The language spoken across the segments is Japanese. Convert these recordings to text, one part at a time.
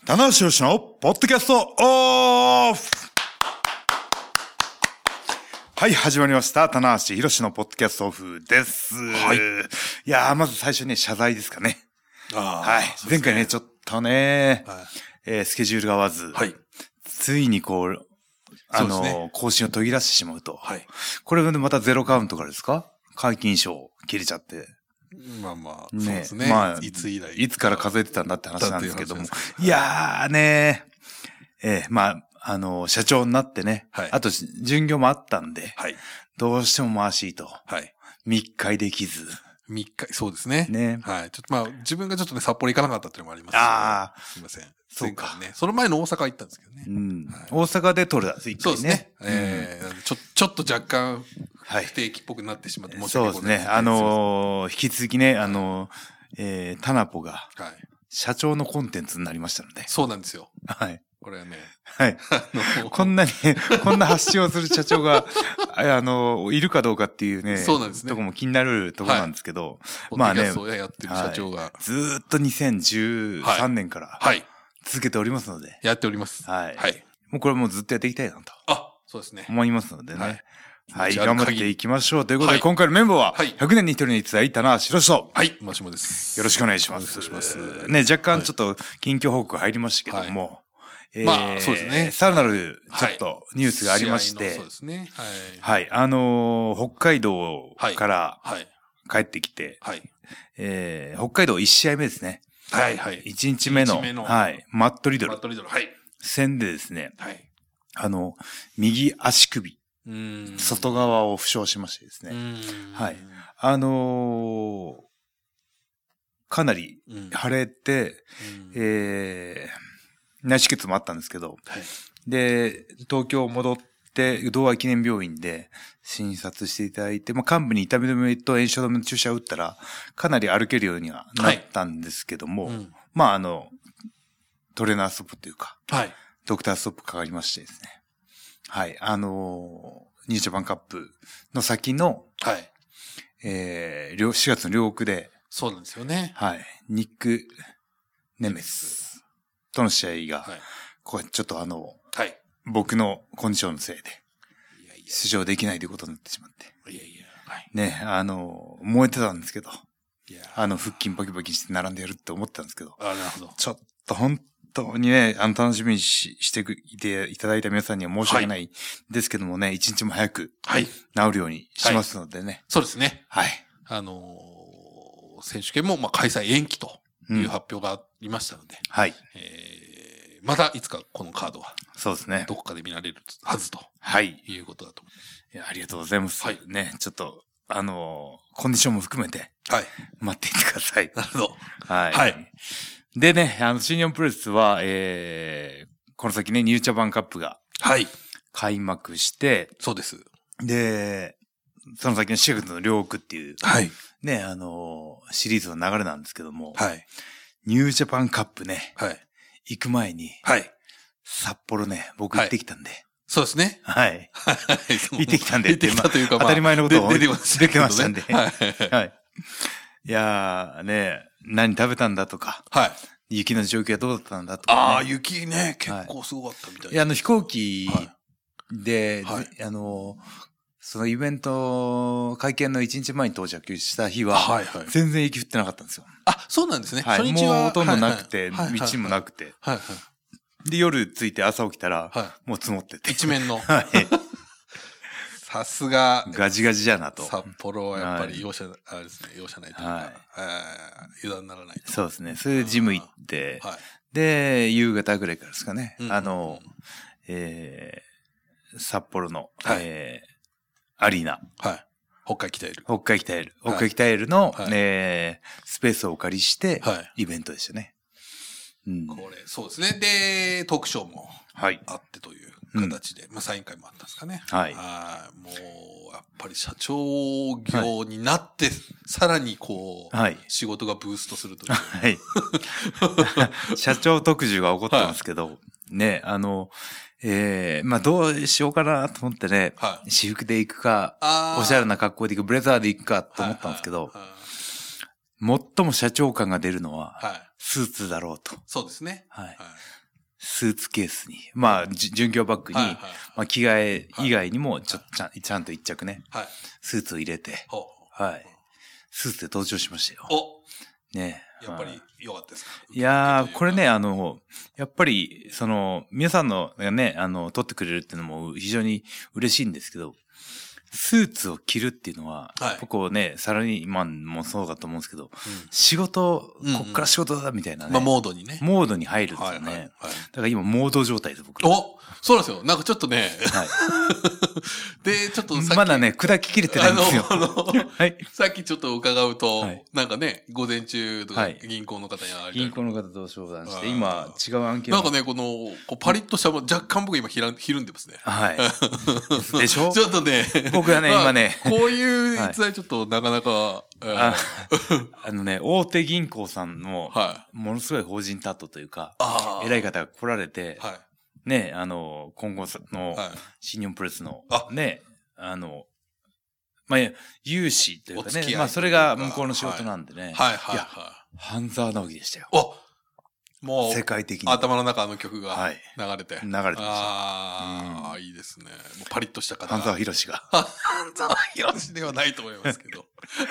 棚橋宏のポッドキャストオフ。はい、始まりました。棚橋宏のポッドキャストオフです。はい。いやー、まず最初に謝罪ですかね。はい。前回ね、ちょっとね、スケジュールが合わず、はい。ついにこう、更新を途切らしてしまうと。はい。これがまたゼロカウントからですか？解禁賞切れちゃって。 まあまあ、 ね、 そうですね。 まあ、 いつ以来。 いつから数えてたんだって話なんですけども。いやーね、まあ、社長になってね、はい、あと、巡業もあったんで、はい、どうしても回しいと。はい。密会できず。 密会、そうですね。ね。はい。ちょっとまあ、自分がちょっとね、札幌行かなかったっていうのもありますし、 ああ。 すいません。 そうか。 ね。その前の大阪行ったんですけどね。 うん。はい、大阪で撮るんです、一回ね。 そうですね。ちょっと若干、不定期っぽくなってしまって申し訳ございません。 そうですね。引き続きね、タナポが、はい。社長のコンテンツになりましたので。 そうなんですよ。 はい。 これはね。 はい。こんな発信をする社長が、いるかどうかっていうね。 そうなんですね。 とこも気になるところなんですけど。 はい、まあね。そうやってる社長が。 ずーっと2013年から。はい。続けておりますので。 やっております。 はい。はい。もうこれもうずっとやっていきたいなと。 あ、そうですね。 思いますのでね。はい。頑張っていきましょう。ということで、今回のメンバーは、100年に一人に伝えたな、白人。 はい。マシモです。 よろしくお願いします。お願いします。ね、若干ちょっと近況報告入りましたけども。 まあ、そうですね。 さらなる、ちょっと、ニュースがありまして。 そうですね。 はい。北海道から帰ってきて、はい。北海道1試合目ですね。 はいはい。 1日目の、はい。マットリドル。 マットリドル。はい。 戦でですね。はい。右足首。外側を負傷しましてですね。はい。かなり腫れて、内出血もあったんですけど、はい、で、東京戻って、同和記念病院で診察していただいて、まあ、幹部に痛み止めと炎症止めの注射を打ったら、かなり歩けるようにはなったんですけども、はい、まあ、トレーナーストップというか、はい、ドクターストップかかりましてですね。はい、ニュージャパンカップの先の、はい、4月の両国で、 そうなんですよね。 はい、ニック・ネメスとの試合が、はい、こうちょっとはい、僕のコンディションのせいで、出場できないということになってしまって。はい、ね、燃えてたんですけど、腹筋バキバキして並んでやるって思ってたんですけど、 なるほど。 ちょっと本当にね、楽しみにしていただいた皆さんには申し訳ないですけどもね、一日も早く、はい、治るようにしますのでね。 そうですね。 はい。 選手権もまあ開催延期という発表がありましたので、はい。またいつかこのカードは、 そうですね。 どこかで見られるはずと、 はい。 いうことだと思います。 いや、ありがとうございます。はい。ね、ちょっと、コンディションも含めて、はい。待っていてください。 なるほど。 はい。はい。でね、新日本プロレスは、この先ね、ニュージャパンカップが、はい。開幕して、 そうです。 で、その先の4月の両国っていう、はい。ね、シリーズの流れなんですけども、はい。ニュージャパンカップね、はい。行く前に、はい。札幌ね、僕行ってきたんで。 そうですね。 はい。行ってきたんで。 行ってきたというか、 当たり前のことを出てましたんで。はい。はい。いやーね、何食べたんだとか、はい。雪の状況はどうだったんだとか、 ああ、雪ね、結構すごかったみたいです。 いや、飛行機で、はい、そのイベント、会見の1日前に到着した日は、はいはい、全然雪降ってなかったんですよ。 あ、そうなんですね。 はい、初日はもうほとんどなくて、道もなくて。はいはい、で、夜着いて朝起きたら、はい、もう積もってて。 一面の。はい。さすが。 ガジガジじゃなと。 札幌はやっぱり容赦、あれですね、容赦ないというか、はい、油断ならないと。 そうですね。それでジム行って、はい、で、夕方ぐらいからですかね。札幌の、はい、アリーナ。 はい。北海北エル。 北海北エルの、はい、スペースをお借りして、はい、イベントでしたね。 うん、これ、そうですね。で、トークショーもあってという形で、まあサイン会もあったんですかね。はい。もう、やっぱり社長業になって、はい、さらにこう、はい、仕事がブーストするという。はい。 社長特需が起こってますけど、はい、ね、まあ、どうしようかなと思ってね、はい、私服で行くか、おしゃれな格好で行く、ブレザーで行くかと思ったんですけど、 最も社長感が出るのは、 はい。 スーツだろうと。 そうですね。 はい。 はい。 スーツケースに、まあ、準拠バッグに、 はいはいはいまあ、着替え以外にも、ちゃんと一着ね、 はい。 スーツを入れて、 ほう。 はい。スーツで登場しましたよ。 おね。 やっぱり良かったですか？ いやー、これね、やっぱり、皆さんのがね、撮ってくれるっていうのも非常に嬉しいんですけど、スーツを着るっていうのは、 はい、 僕ね、サラリーマンもそうだと思うんですけど、仕事、こっから仕事だみたいなね。 まあ、モードにね。 モードに入るんですよね。はいはいはい、だから今、モード状態です、僕。 おそうなんですよ。なんかちょっとね。はい。で、ちょっとさっき。 まだね、砕ききれてないんですよ。 はい。さっきちょっと伺うと、はい、なんかね、午前中とか銀行の方に会い銀行の方と相談して、今、違う案件なんかね、こうパリッとした、若干僕今ひるんでますね。 はい。でしょちょっとね。 僕はね、今ね。 こういう逸材ちょっとなかなか、 大手銀行さんの、ものすごい法人タットというか、偉い方が来られて、ね、今後の新日本プロレスの、ね、まあ、融資というかね、まあ、それが向こうの仕事なんでね。 はいはいはい。 半沢直樹でしたよ。 もう、 世界的に。 頭の中の曲が流れて。 流れてました。 ああ、いいですね。もうパリッとした方が。 半沢博士が。 半沢博士ではないと思いますけど。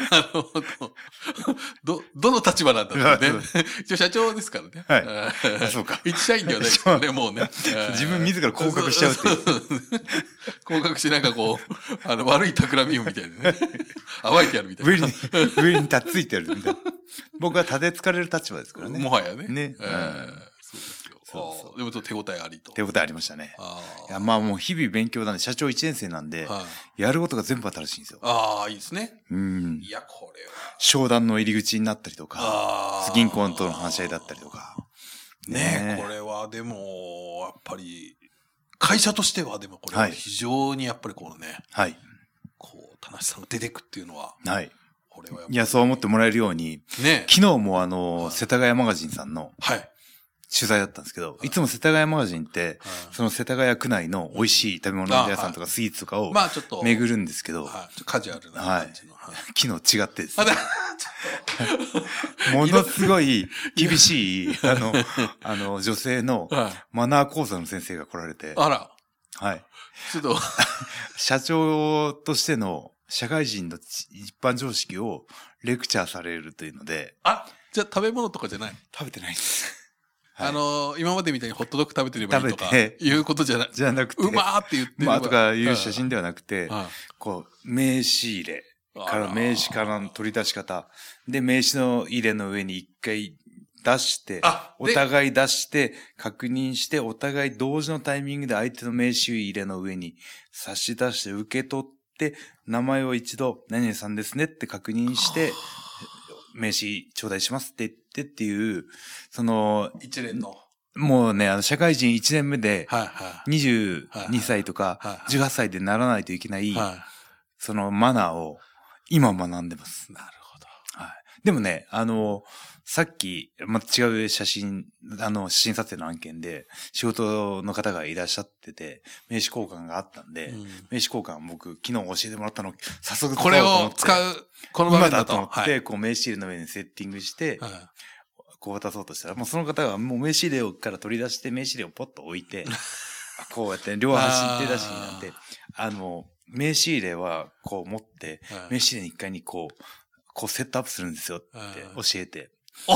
どの立場なんだろうね。一応社長ですからね。 はい。そうか。 一社員ではないですよね、もうね。 自分自ら降格しちゃうっていう。 降格してなんかこう、悪い企みをみたいなね。暴いてやるみたいな。 上にたっついてやるみたいな。僕は立てつかれる立場ですからね。 もはやね。 ね。 そうですよ。でもちょっと手応えありと。 手応えありましたね。いや、まあもう日々勉強なんで、社長1年生なんで、やることが全部新しいんですよ。 ああ、いいですね。 いや、これは。 商談の入り口になったりとか、銀行との話し合いだったりとか。 ね、これはでも、やっぱり、会社としてはでもこれは非常にやっぱりこのね、 はい。 こう、田無さんが出てくっていうのは、 はい。いや、そう思ってもらえるように、 ね、 昨日も世田谷マガジンさんの、はい。取材だったんですけど、いつも世田谷マガジンって、その世田谷区内の美味しい食べ物屋さんとかスイーツとかを巡るんですけど、 カジュアルな感じの。 昨日違ってですね。ものすごい厳しい、女性のマナー講座の先生が来られて、 あら。 はい。 ちょっと、 社長としての社会人の一般常識をレクチャーされるというので。 じゃあ食べ物とかじゃない？ 食べてないです。 今までみたいにホットドッグ食べてればいいとか、いうことじゃなくて。うまーって言ってる。 まあとかいう写真ではなくて、こう、名刺入れから名刺からの取り出し方。で、名刺の入れの上に一回出して、お互い出して、確認して、お互い同時のタイミングで相手の名刺入れの上に差し出して受け取って、名前を一度、何々さんですねって確認して、名刺頂戴しますって言ってっていう、 一連の。 もうね、社会人1年目で、22歳とか、18歳でならないといけない、そのマナーを今学んでます。 なるほど。 はい。でもね、さっき、また違う写真撮影の案件で、仕事の方がいらっしゃってて、名刺交換があったんで、名刺交換僕、昨日教えてもらったの、早速これを使う、この場面だと。 今だと思って、こう名刺入れの上にセッティングして、こう渡そうとしたら、もうその方がもう名刺入れから取り出して名刺入れをポッと置いて、こうやって両端手出しになって、名刺入れはこう持って、名刺入れに一回にこうセットアップするんですよって教えて。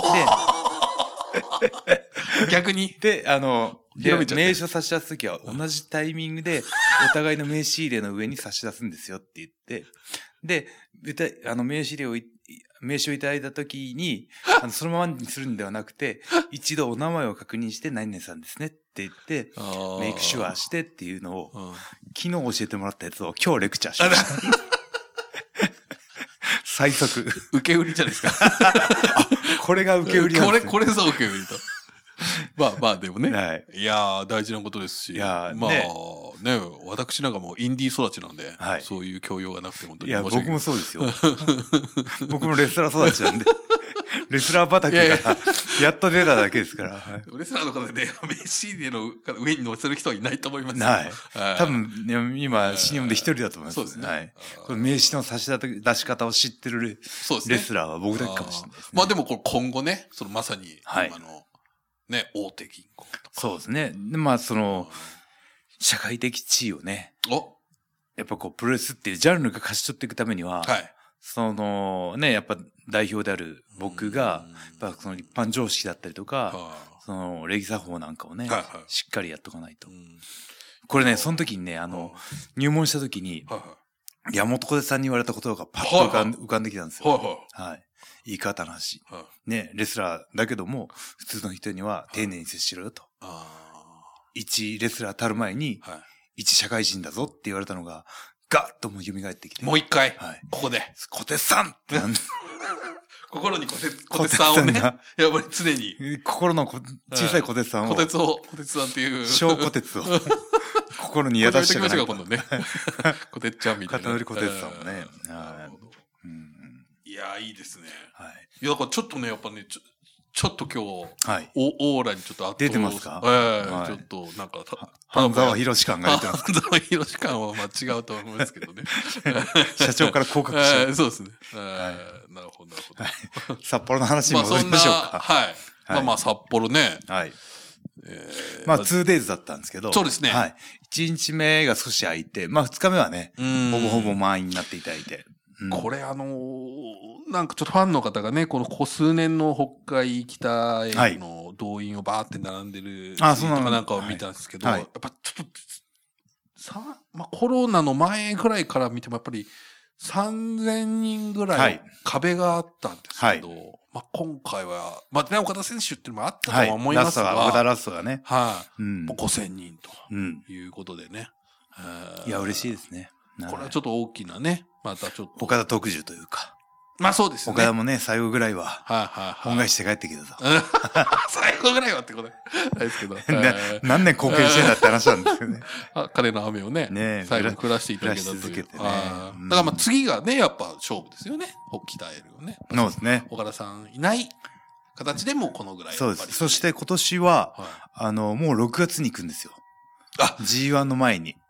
で、逆に。 で、名刺を差し出すときは同じタイミングで、お互いの名刺入れの上に差し出すんですよって言って、で、名刺をいただいたときに、そのままにするんではなくて、一度お名前を確認して、何々さんですねって言って、メイクシュアしてっていうのを、昨日教えてもらったやつを今日レクチャーしました。最速。 受け売りじゃないですか。 これが受け売りなんですね。 これぞ受け売りと。まあでもね。 はい。 いやー、大事なことですし。いやまあね、私なんかもうインディー育ちなんで、そういう教養がなくて本当に申し訳ない。いや、僕もそうですよ。僕もレストラン育ちなんで。 レスラー畑がやっと出ただけですから。 レスラーの方でね、名 CD の上に乗せる人はいないと思います。 はい。多分、ね、今、新日本で一人だと思います。 そうですね。 はい。この名刺の差し出し方を知ってるレスラーは僕だけかもしれないですね。 まあでもこれ今後ね、そのまさに、 今の、ね、大手銀行とか。 そうですね。で、まあその、社会的地位をね、やっぱこう、プロレスっていうジャンルが勝ち取っていくためには、はい。そのね、やっぱ代表である僕が、やっぱその一般常識だったりとか、その礼儀作法なんかをね、しっかりやっとかないと。これね、その時にね、入門した時に、山本小手さんに言われたことがパッと浮かんできたんですよ。はい。言い方の話。ね、レスラーだけども、普通の人には丁寧に接しろよと。一レスラーたる前に、一社会人だぞって言われたのが、ガッともう蘇ってきて。 もう一回。はい。ここで。 小手さんって心に小手さんをね。やっぱり常に。 心の小さい小手さんを。 小手さんっていう。 小小鉄を。心に宿してください。 今度ね。小手ちゃんみたいな。 片寄小手さんもね。 いや、いいですね。はい。いや、だからちょっとね、やっぱね、ちょっと今日、はい、オーラにちょっと出てますか？ ちょっと、なんか、 半沢博士感が出てます。 半沢博士感は違うと思いますけどね。 社長から降格しよう。 そうですね。なるほど、なるほど。 札幌の話に戻りましょうか。 はい。まあ、札幌ね。 はい。まあ、2days だったんですけど。 そうですね。 はい。1日目が少し空いて、まあ、2日目はね、ほぼほぼ満員になっていただいて。 これなんかちょっとファンの方がね、この数年の北海北への動員をバーって並んでるとかなんかを見たんですけど、やっぱちょっと、まあコロナの前ぐらいから見てもやっぱり3000人ぐらい壁があったんですけど、まあ今回は、まあね、岡田選手っていうのもあったとは思いますが、 岡田ラストがね。 はい。5000人ということでね。 いや、嬉しいですね。 これはちょっと大きなね、またちょっと。 岡田特需というか。 まあそうですね。 岡田もね、最後ぐらいは、恩返しして帰ってきたぞ。 最後ぐらいはってことないですけど。 何年貢献してんだって話なんですけどね。 彼の雨をね、最後に暮らしていただけたという。だからまあ次がね、やっぱ勝負ですよね。北北エルをね。 そうですね。 岡田さんいない形でもこのぐらい。 そうです。そして今年は、もう6月に行くんですよ。G1 の前に。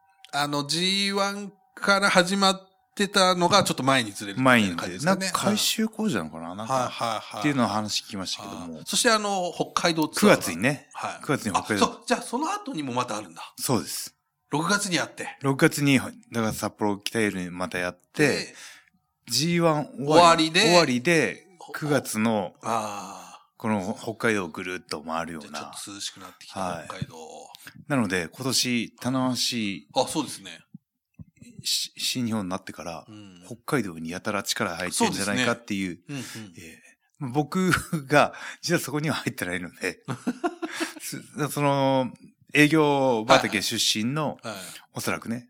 G1 から始まってたのがちょっと前にずれるみたいな感じですかね。 なんか改修工事なのかななんか。っていうのを話聞きましたけども。 そして北海道ツアー。9月にね。 はい。 9月に北海道。 そう、じゃあその後にもまたあるんだ。 そうです。 6月にやって。 6月に、だから札幌北エルにまたやって、G1 終わりで、9月の、この北海道をぐるっと回るような。 ちょっと涼しくなってきた北海道。 なので、今年、頼もしい。 そうですね。 新日本になってから、北海道にやたら力入ってるんじゃないかっていう、僕が、実はそこには入ってないので、その、営業畑出身の、おそらくね、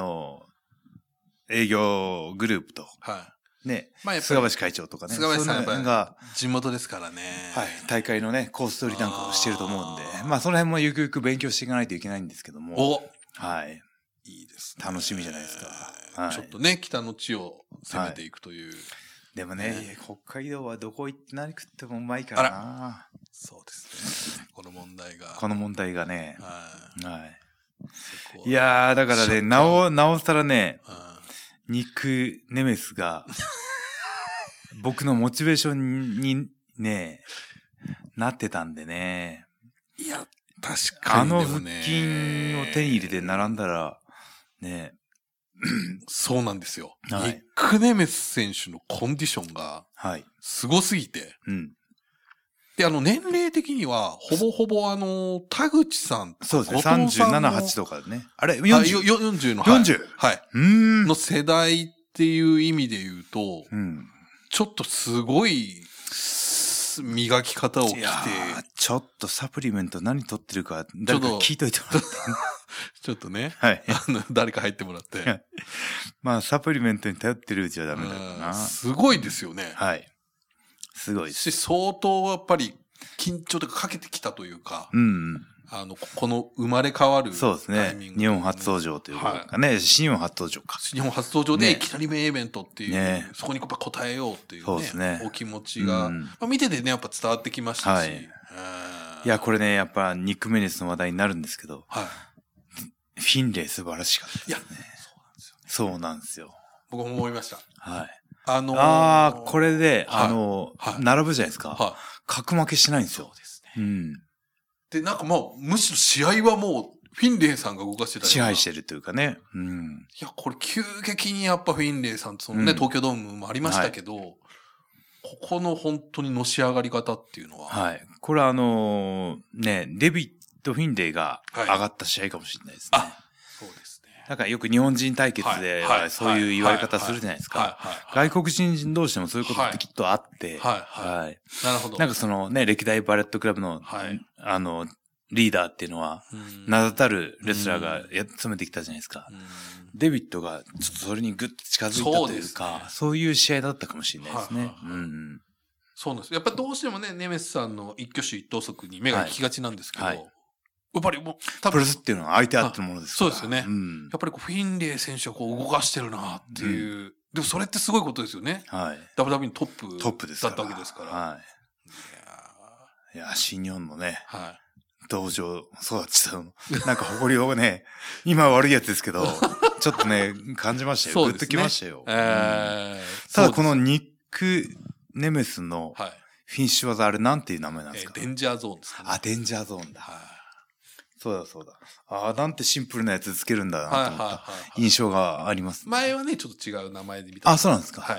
営業グループと、ね、菅橋会長とかね、 菅橋さんが地元ですからね。 はい、大会のね、コース取りなんかをしてると思うんで、まあその辺もゆくゆく勉強していかないといけないんですけども、はい。 いいですね。 楽しみじゃないですか。 ちょっとね、北の地を攻めていくという。 でもね、北海道はどこ行って何食ってもうまいからな。 そうですね。この問題がね。はい。いやー、だからね、なおさらね、肉ネメスが、僕のモチベーションにね、なってたんでね。 いや、確かに。 腹筋を手に入れて並んだら、ね。 そうなんですよ。ニック・ネメス選手のコンディションが、すごすぎて。で、年齢的には、ほぼほぼ田口さん。 そうですね。37、8とかね。あれ ?40 の。 40? はい。の世代っていう意味で言うと、ちょっとすごい、磨き方をして。 ちょっとサプリメント何取ってるか、誰か聞いといてもらって。 ちょっとね。 はい。 誰か入ってもらって。 まあ、サプリメントに頼ってるうちはダメだろうな。 すごいですよね。 はい。すごいです。 相当やっぱり緊張とかかけてきたというか。 この生まれ変わるそうですね。日本初登場というかね、新日本初登場か。 新日本初登場でいきなりメインイベントっていう、そこに応えようっていうね、 そうですね、 お気持ちが、見ててね、やっぱ伝わってきましたし。 いや、これね、やっぱニック・メネスの話題になるんですけど、フィンレイ素晴らしかったですね。いや、そうなんですよ。 僕も思いました。 はい。これで、並ぶじゃないですか。格負けしてないんですよ。そうですね。 で、なんかもう、むしろ試合はもう、フィンレイさんが動かしてた支配してるというかね。 いや、これ急激にやっぱフィンレイさんとそのね、東京ドームもありましたけど、ここの本当にのし上がり方っていうのは。 はい。これはね、デビッド・フィンレイが上がった試合かもしれないですね。 そうですね。 だからよく日本人対決でそういう言われ方するじゃないですか。外国人同士でもそういうことってきっとあって。 はい。なるほど。 なんかそのね、歴代バレットクラブの、リーダーっていうのは、名だたるレスラーが詰めてきたじゃないですか。デビッドがちょっとそれにグッと近づいたというか、そういう試合だったかもしれないですね。 そうなんです。やっぱりどうしてもね、ネメスさんの一挙手一投足に目が行きがちなんですけど、やっぱりもう、 プロレスっていうのは相手あってものですから。 そうですよね。やっぱりフィンレイ選手を動かしてるなっていう。でもそれってすごいことですよね。WWE のトップだったわけですから。 いや、新日本のね、道場育ちたの。なんか誇りをね、今は悪いやつですけど、ちょっとね、感じましたよ。グッときましたよ。ただこのニック・ネメスのフィニッシュ技、あれなんていう名前なんですか？ デンジャーゾーンですかね。 デンジャーゾーンだ。そうだ。なんてシンプルなやつつけるんだなと思った印象があります。 前はね、ちょっと違う名前で見た。 そうなんですか。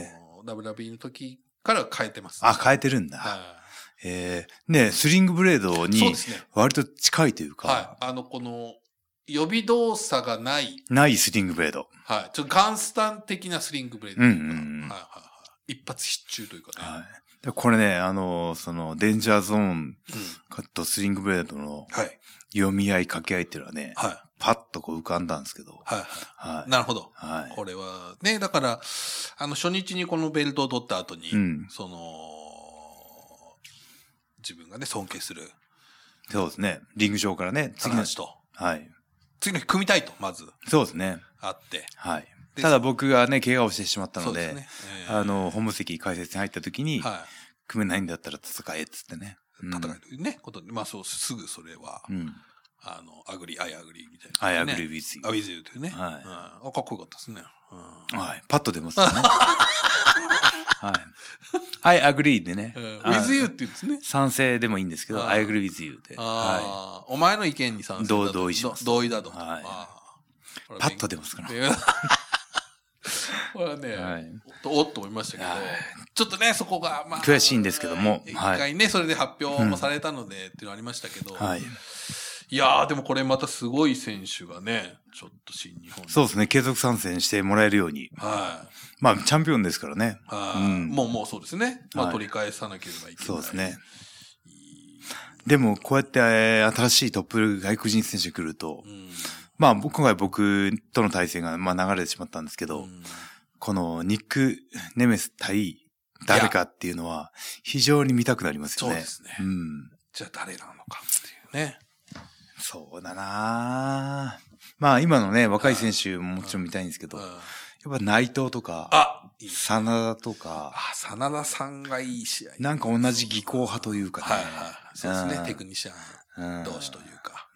WWE の時から変えてます。 変えてるんだ。ね、スリングブレードに割と近いというか。 この予備動作がない。 ないスリングブレード。 ちょっとガンスタン的なスリングブレード。一発必中というかね。 これね、その、デンジャーゾーンとスリングブレードの読み合い、掛け合いっていうのはね、パッと浮かんだんですけど。 なるほど。これは、ね、だから、初日にこのベルトを取った後に、その、自分がね、尊敬する。 そうですね。リング上からね、 次の人。次の日組みたいと、まず。 そうですね。 あって。 ただ僕がね、怪我をしてしまったので、本部席解説に入った時に、組めないんだったら戦えっつってね。 戦えるね。すぐそれは、アグリーみたいな。 I agree with you. with you というね。かっこよかったですね。 パッと出ますね。I agree でね。 with you って言うんですね。 賛成でもいいんですけど、I agree with you で。 お前の意見に賛成だと。 同意します。 同意だと。 パッと出ますから。 これはね、おっと思いましたけど、ちょっとね、そこが、 悔しいんですけども。 一回ね、それで発表もされたので、っていうのありましたけど、いやー、でもこれまたすごい選手がね、ちょっと新日本。 そうですね、継続参戦してもらえるように。チャンピオンですからね。 もうそうですね。取り返さなければいけない。 そうですね。でも、こうやって新しいトップ外国人選手来ると、今回僕との対戦が流れてしまったんですけど、このニック・ネメス対誰かっていうのは非常に見たくなりますよね。 そうですね。じゃあ誰なのかっていうね。 そうだなぁ。今のね、若い選手ももちろん見たいんですけど、やっぱ内藤とか、真田とか。 真田さんがいい試合。 なんか同じ技巧派というかね。 そうですね。テクニシャン同士というか。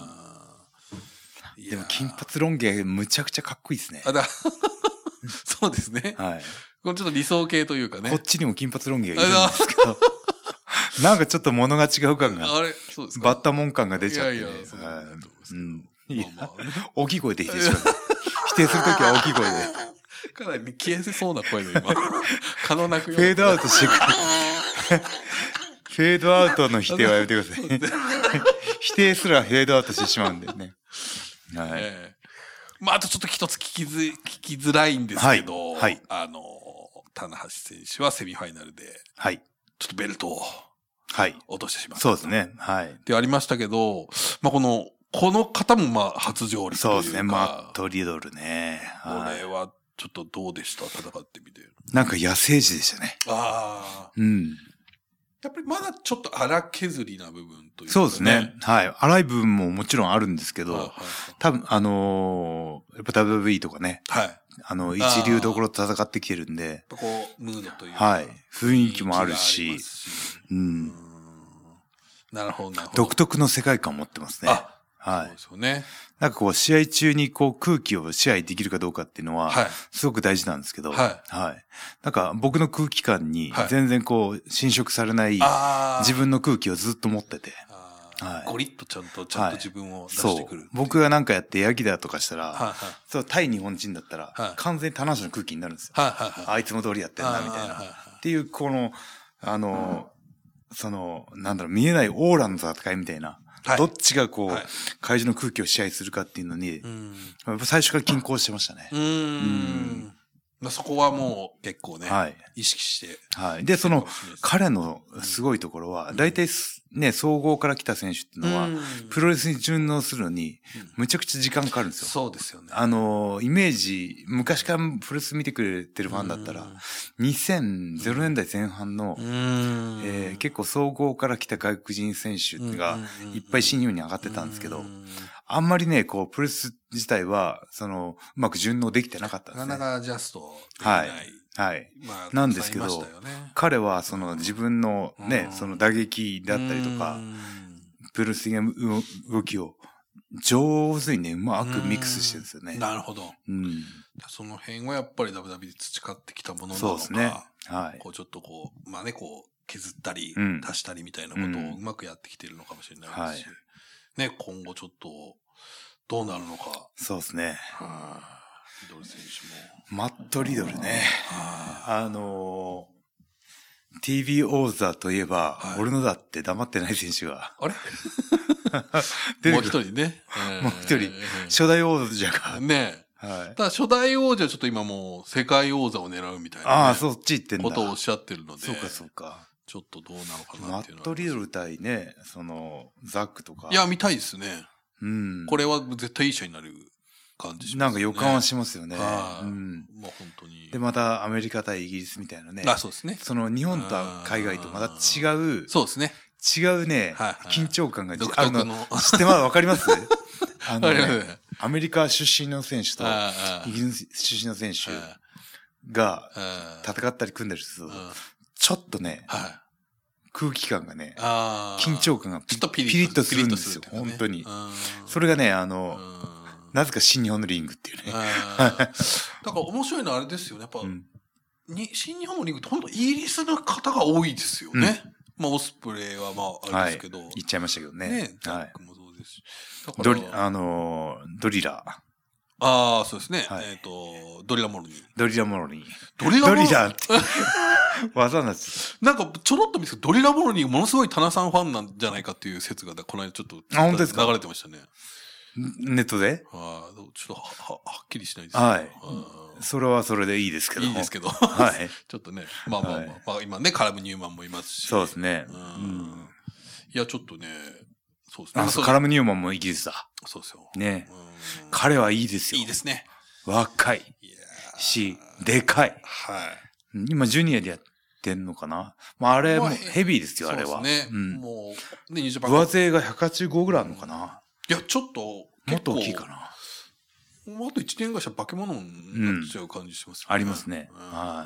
でも金髪ロン毛むちゃくちゃかっこいいですね。 そうですね。これちょっと理想系というかね。 こっちにも金髪ロン毛がいるんですけど。なんかちょっっと物が違う感が。 そうですか。 バッタモン感が出ちゃって。大きい声で否定します。否定するときは大きい声で。 かなり消えせそうな声で今。可能なくフェードアウトしてくる。フェードアウトの否定はやめてください。否定すらフェードアウトしてしまうんだよね。 あとちょっと一つ聞きづらいんですけど、棚橋選手はセミファイナルで、ちょっとベルトを落としてしまった。 そうですね。 ってありましたけど、この方も初上陸というか。 そうですね。マット・リドルね。 これはちょっとどうでした？戦ってみて。 なんか野生児でしたね。 やっぱりまだちょっと荒削りな部分というか、ね。 そうですね。はい。荒い部分ももちろんあるんですけど、多分、やっぱ WWE とかね。はい。一流どころと戦ってきてるんで。 こう、ムードというか。 はい。雰囲気もあるし、うん。 なるほど、なるほど。 独特の世界観を持ってますね。はい。そうですよね。なんかこう、試合中にこう空気を支配できるかどうかっていうのは、すごく大事なんですけど、はい。はい。なんか僕の空気感に全然こう、侵食されない自分の空気をずっと持ってて、 はい。ゴリッとちゃんと自分を出してくる、 そう。僕がなんかやってヤギだとかしたら、そう、対日本人だったら、完全に棚橋の空気になるんですよ。あいつも通りやってんな、みたいな。っていう、この、見えないオーラの戦いみたいな。どっちがこう、会場の空気を支配するかっていうのに、最初から均衡してましたね。 そこはもう結構ね、意識して。 はい。で、彼のすごいところは、大体ね、総合から来た選手っていうのは、プロレスに順応するのに、むちゃくちゃ時間かかるんですよ。 そうですよね。 イメージ、昔からプロレス見てくれてるファンだったら、2000年代前半の、結構総合から来た外国人選手が、いっぱい新日本に上がってたんですけど、あんまりね、こう、プロレス自体は、うまく順応できてなかったんですね。 なかなかジャストできない。 はい。なんですけど、彼は自分のね、打撃だったりとか、プロレス的な動きを上手にね、うまくミックスしてるんですよね。 なるほど。その辺はやっぱり WWE で培ってきたものなのか。 そうですね。はい。 こうちょっとこう、まあね、こう削ったり、足したりみたいなことをうまくやってきてるのかもしれないですし、ね、今後ちょっとどうなるのか。 そうですね。 リドル選手も。マット・リドルね。TV 王座といえば、俺のだって黙ってない選手が。 あれもう一人ね。 もう一人。初代王者が。 ねはい。ただ初代王者はちょっと今もう世界王座を狙うみたいな、 ああ、そっち行ってんだ。 ことをおっしゃってるので。 そうか、そうか。 ちょっとどうなのかなっていうのは。 マット・リドル対ね、ザックとか。 いや、見たいですね。これは絶対いい試合になる感じしますね。 なんか予感はしますよね。 もう本当に。 で、またアメリカ対イギリスみたいなね。 そうですね。 日本と海外とまた違う。 そうですね。 違うね、緊張感があるの。知ってわかりますアメリカ出身の選手とイギリス出身の選手が戦ったり組んだりすると、ちょっとね、空気感がね、緊張感がピリッとするんですよ。本当に。それがね、なぜか新日本のリングっていうね。 だから面白いのはあれですよね。やっぱ、新日本のリングって本当イギリスの方が多いですよね。まあ、オスプレイはまあ、あれですけど。 言っちゃいましたけどね。 ね、ザックもそうですし。 ドリラー。 ああ、そうですね。ドリラモロニー。 ドリラモロニー。 ドリラって。技なんです。 なんか、ちょろっと見つけど、ドリラモロニーものすごいタナさんファンなんじゃないかっていう説が、この間ちょっと、 本当ですか？ 流れてましたね。 ネットで？ ちょっとはっきりしないですけど。はい。それはそれでいいですけど。 いいですけど。 はい。 ちょっとね。まあ今ね、カラム・ニューマンもいますし。 そうですね。 いや、ちょっとね、そうですね。カラム・ニューマンもイギリスだ。 そうですよ。 ね。彼はいいですよ。 いいですね。 若い。し、でかい。 はい。 今、ジュニアでやってんのかな？まあ、あれもヘビーですよ、あれは。 そうですね。もう、ね、 上背が185ぐらいあるのかな？ いや、ちょっと、 もっと大きいかな。 もうあと1年ぐらいしたら化け物になっちゃう感じしますね。 ありますね。はい。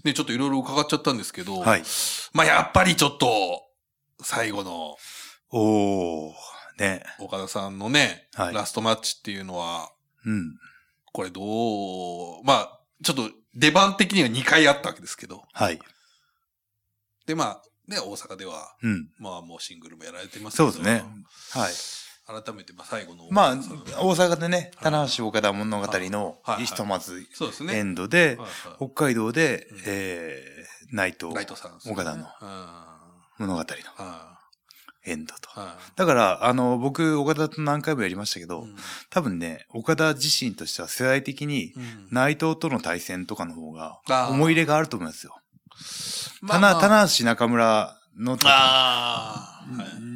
ね、ちょっといろいろ伺っちゃったんですけど、はい。まあ、やっぱりちょっと、最後の、 ね。 岡田さんのね、ラストマッチっていうのは、これまあ、ちょっと出番的には2回あったわけですけど、 はい。 で、まあ、ね、大阪では、まあもうシングルもやられてますけど、そうですね。はい。 改めて、まあ最後の。 まあ、大阪でね、棚橋岡田物語のひとまずエンドで、北海道で、内藤さん、 岡田の物語のエンドと。だから、僕、岡田と何回もやりましたけど、多分ね、岡田自身としては世代的に内藤との対戦とかの方が思い入れがあると思いますよ。棚橋中村の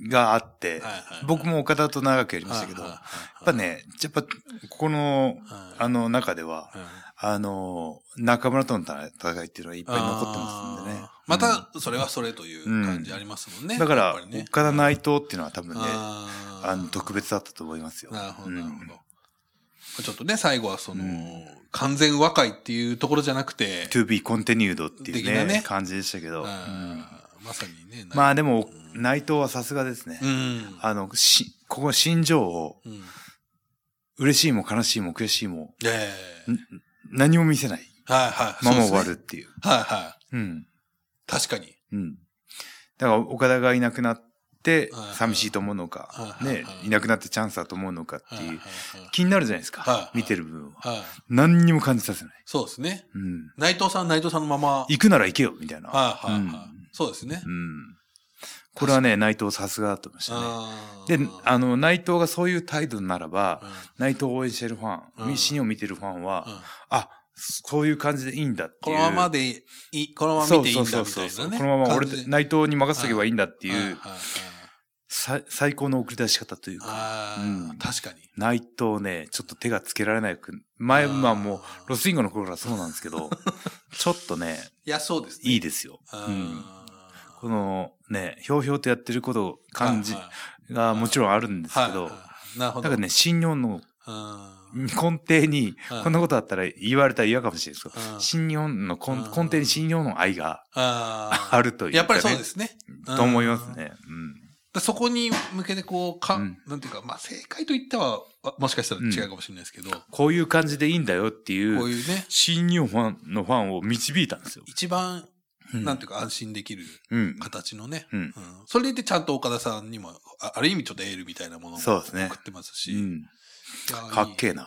があって、僕も岡田と長くやりましたけど、やっぱね、ここの、中では、中村との戦いっていうのはいっぱい残ってますんでね。 また、それはそれという感じありますもんね。 だから、岡田内藤っていうのは多分ね、特別だったと思いますよ。 なるほど、なるほど。ちょっとね、最後は完全和解っていうところじゃなくて、 to be continued っていうね、感じでしたけど。 まさにね。 まあでも、内藤はさすがですね。ここ心情を、嬉しいも悲しいも悔しいも、何も見せない。まま終わるっていう。 確かに。 だから岡田がいなくなって寂しいと思うのか、ね、いなくなってチャンスだと思うのかっていう気になるじゃないですか。見てる部分は。何にも感じさせない。 そうですね。内藤さんのまま。 行くなら行けよ、みたいな。 そうですね。 これはね、内藤さすがだと思いましたね。で、内藤がそういう態度ならば、内藤を応援してるファン、シーンを見てるファンは、そういう感じでいいんだっていう。 このままでいい、このまま見ていいんだみたいなね。 このまま内藤に任せとけばいいんだっていう、最高の送り出し方というか。 確かに。 内藤ね、ちょっと手がつけられないく、前はもう、ロスインゴの頃からそうなんですけど、ちょっとね、 いや、そうですね。 いいですよ。このね、ひょうひょうとやってる感じがもちろんあるんですけど、 なるほど。 だからね、新日本の根底に、こんなことあったら言われたら嫌かもしれないですけど、新日本の根底に新日本の愛があるというか、ね。 やっぱりそうですね。 と思いますね。 そこに向けてなんていうか、まあ正解と言ったは、もしかしたら違うかもしれないですけど。 こういう感じでいいんだよっていう、 こういうね、 新日本のファンを導いたんですよ。 一番、なんていうか安心できる形のね。それでいてちゃんと岡田さんにも、ある意味ちょっとエールみたいなものも送ってますし。 かっけえな。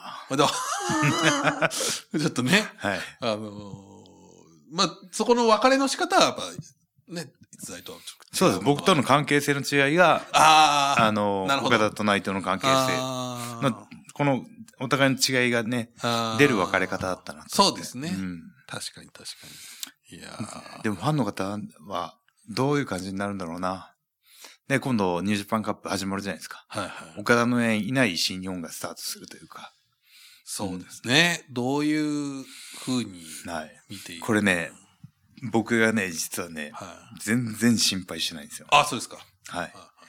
ちょっとね。まあ、そこの別れの仕方はやっぱ、ね、逸材とはそうです。僕との関係性の違いが、岡田と内藤の関係性の、このお互いの違いがね、出る別れ方だったな。 そうですね。確かに。いやでもファンの方はどういう感じになるんだろうな。で、今度ニュージャパンカップ始まるじゃないですか。岡田のいない新日本がスタートするというか。 そうですね。どういう風に見ているこれね、僕がね、実はね、全然心配してないんですよ。 そうですか。 はい。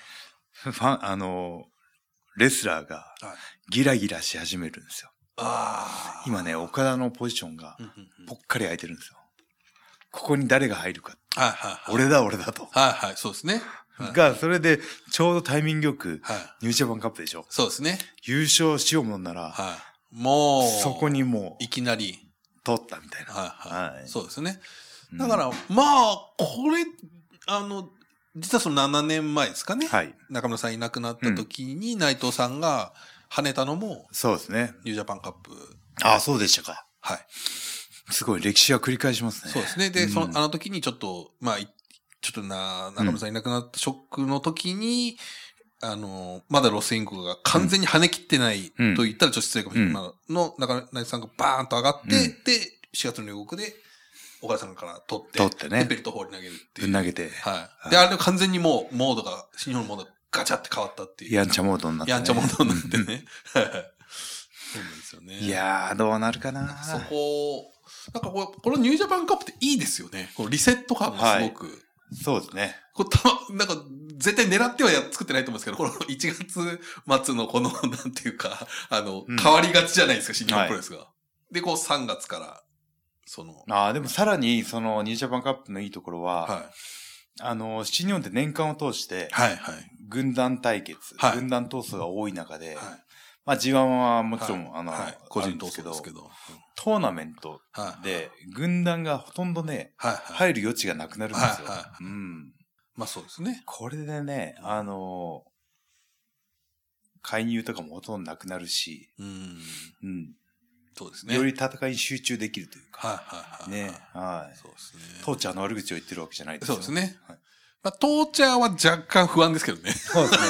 レスラーがギラギラし始めるんですよ。今ね、岡田のポジションがぽっかり空いてるんですよ。ここに誰が入るか。俺だと。 そうですね。 それで、ちょうどタイミングよく、ニュージャパンカップでしょ。 そうですね。 優勝しようもんなら、 もう、 そこにもう、 いきなり、 取ったみたいな。 そうですね。だから、まあ、これ、実はその7年前ですかね。中村さんいなくなった時に内藤さんが跳ねたのも、 そうですね。 ニュージャパンカップ。 そうでしたか。すごい歴史は繰り返しますね。 そうですね。で、あの時にちょっと、まあ、中村さんいなくなったショックの時に、まだロスインゴが完全に跳ね切ってないと言ったらちょっと失礼かもしれない。中村さんがバーンと上がって、で、4月の予告で、岡田さんから取ってね。で、ベルトホールに投げるっていう。 ぶん投げて。 で、あれ完全にもう、モードが、新日本のモードがガチャって変わったっていう。 やんちゃモードになって、 やんちゃモードになってね。そうなんですよね。 いやー、どうなるかな。 そこ、なんかこのニュージャパンカップっていいですよね。このリセット感がすごく。 そうですね。 なんか、絶対狙っては作ってないと思うんですけど、この1月末のこの、なんていうか、変わりがちじゃないですか、新日本プロレスが。で、3月から、 でもさらに、ニュージャパンカップのいいところは、新日本って年間を通して、軍団対決、軍団闘争が多い中で、まあ G1 はもちろん、個人闘争ですけど、トーナメントで、軍団がほとんどね、入る余地がなくなるんですよ。 まあそうですね。 これでね、介入とかもほとんどなくなるし、 そうですね。 より戦いに集中できるというか。ね。 そうですね。 トーチャーの悪口を言ってるわけじゃないですよ。 そうですね。まあ、トーチャーは若干不安ですけどね。 そうですね。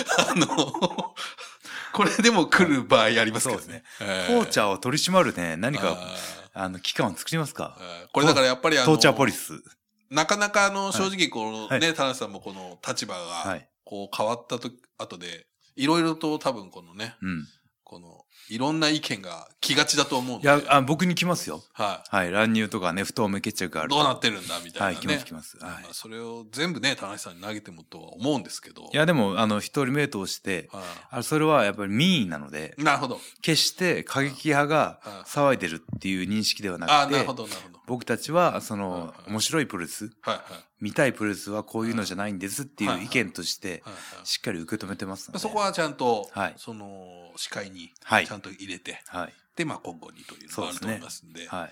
これでも来る場合ありますけどね。 トーチャーを取り締まるね、何か、機関を作りますか。 これだからやっぱりトーチャーポリス。 なかなか正直田中さんもこの立場が、 こう変わった後で、いろいろと多分このね、この、いろんな意見が来がちだと思うんで。 いや、僕に来ますよ。 はい。 はい。乱入とかね、不透明決着がある。 どうなってるんだみたいなね。 はい、来ます。はい。 それを全部ね、田中さんに投げてもとは思うんですけど。 いや、でも、一人目通して、それはやっぱり民意なので。 なるほど。 決して過激派が騒いでるっていう認識ではなくて。 なるほど、なるほど。 僕たちは、面白いプロレス。見たいプロレスはこういうのじゃないんですっていう意見として、しっかり受け止めてますので。 そこはちゃんと、司会に、ちゃんと入れて。はい。で、今後にというのがあると思いますんで。 はい。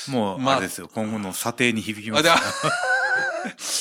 もう、あれですよ。今後の査定に響きます。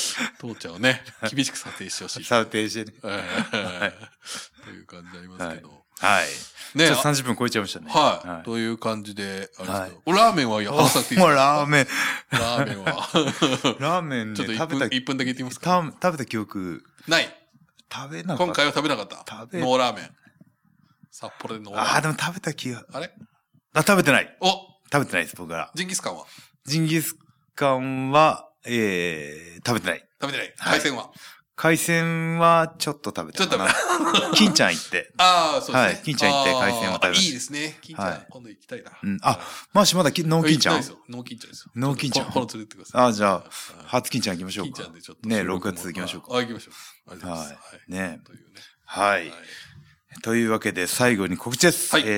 父ちゃんをね、厳しく査定してほしい。 査定してね。 はい。という感じでありますけど。 はい。ね、ちょっと30分超えちゃいましたね。 はい。という感じで、あれですけど。ラーメンは話さなくていいですか？ ラーメン。 ラーメンは。 ラーメンね、 ちょっと1分だけ言ってみますか？ 食べた記憶。 ない。 食べなかった。 今回は食べなかった。ノーラーメン。札幌でノーラーメン。 でも食べた気が。 あれ？ 食べてない。 食べてないです、僕は。 ジンギスカンは？ ジンギスカンは、食べてない。 食べてない。海鮮は？ 海鮮はちょっと食べてない。ちょっと食べた。金ちゃん行って。 そうですね。はい。 金ちゃん行って海鮮を食べました。 いいですね。金ちゃん、今度行きたいな。 マシまだノー金ちゃん？ ノー金ちゃんですよ。 ノー金ちゃん。 この連れてってください。 じゃあ、初金ちゃん行きましょうか。 金ちゃんでちょっと。 ね、6月行きましょうか。 行きましょう。ありがとうございます。 ね。はい。というわけで最後に告知です。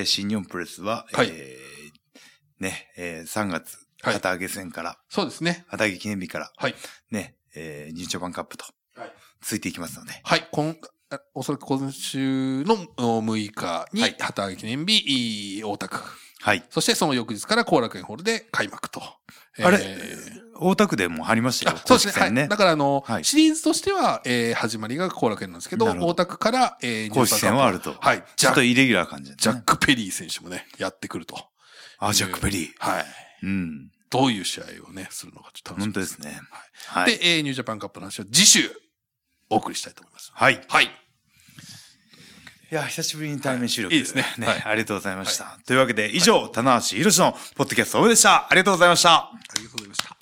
新日本プロレスは、3月、旗揚げ戦から。 そうですね。 旗揚げ記念日から。 はい。 ね、ニュージャパンカップと。ついていきますので。 はい。おそらく今週の6日に、旗揚げ記念日、大田区。はい。そしてその翌日から後楽園ホールで開幕と。 あれ大田区でもありましたよ。 そうですね。はい。だからシリーズとしては、始まりが後楽園なんですけど、大田区から、 公式戦はあると。 はい。 ちょっとイレギュラー感じ。 ジャック・ペリー選手もね、やってくると。 ジャック・ペリー。 はい。どういう試合をね、するのかちょっと楽しみです。 本当ですね。 はい。で、ニュージャパンカップの話を次週、お送りしたいと思います。 はい。 はい。 いや、久しぶりに対面収録。 いいですね。 ありがとうございました。というわけで、以上、棚橋宏のポッドキャストオフでした。ありがとうございました。 ありがとうございました。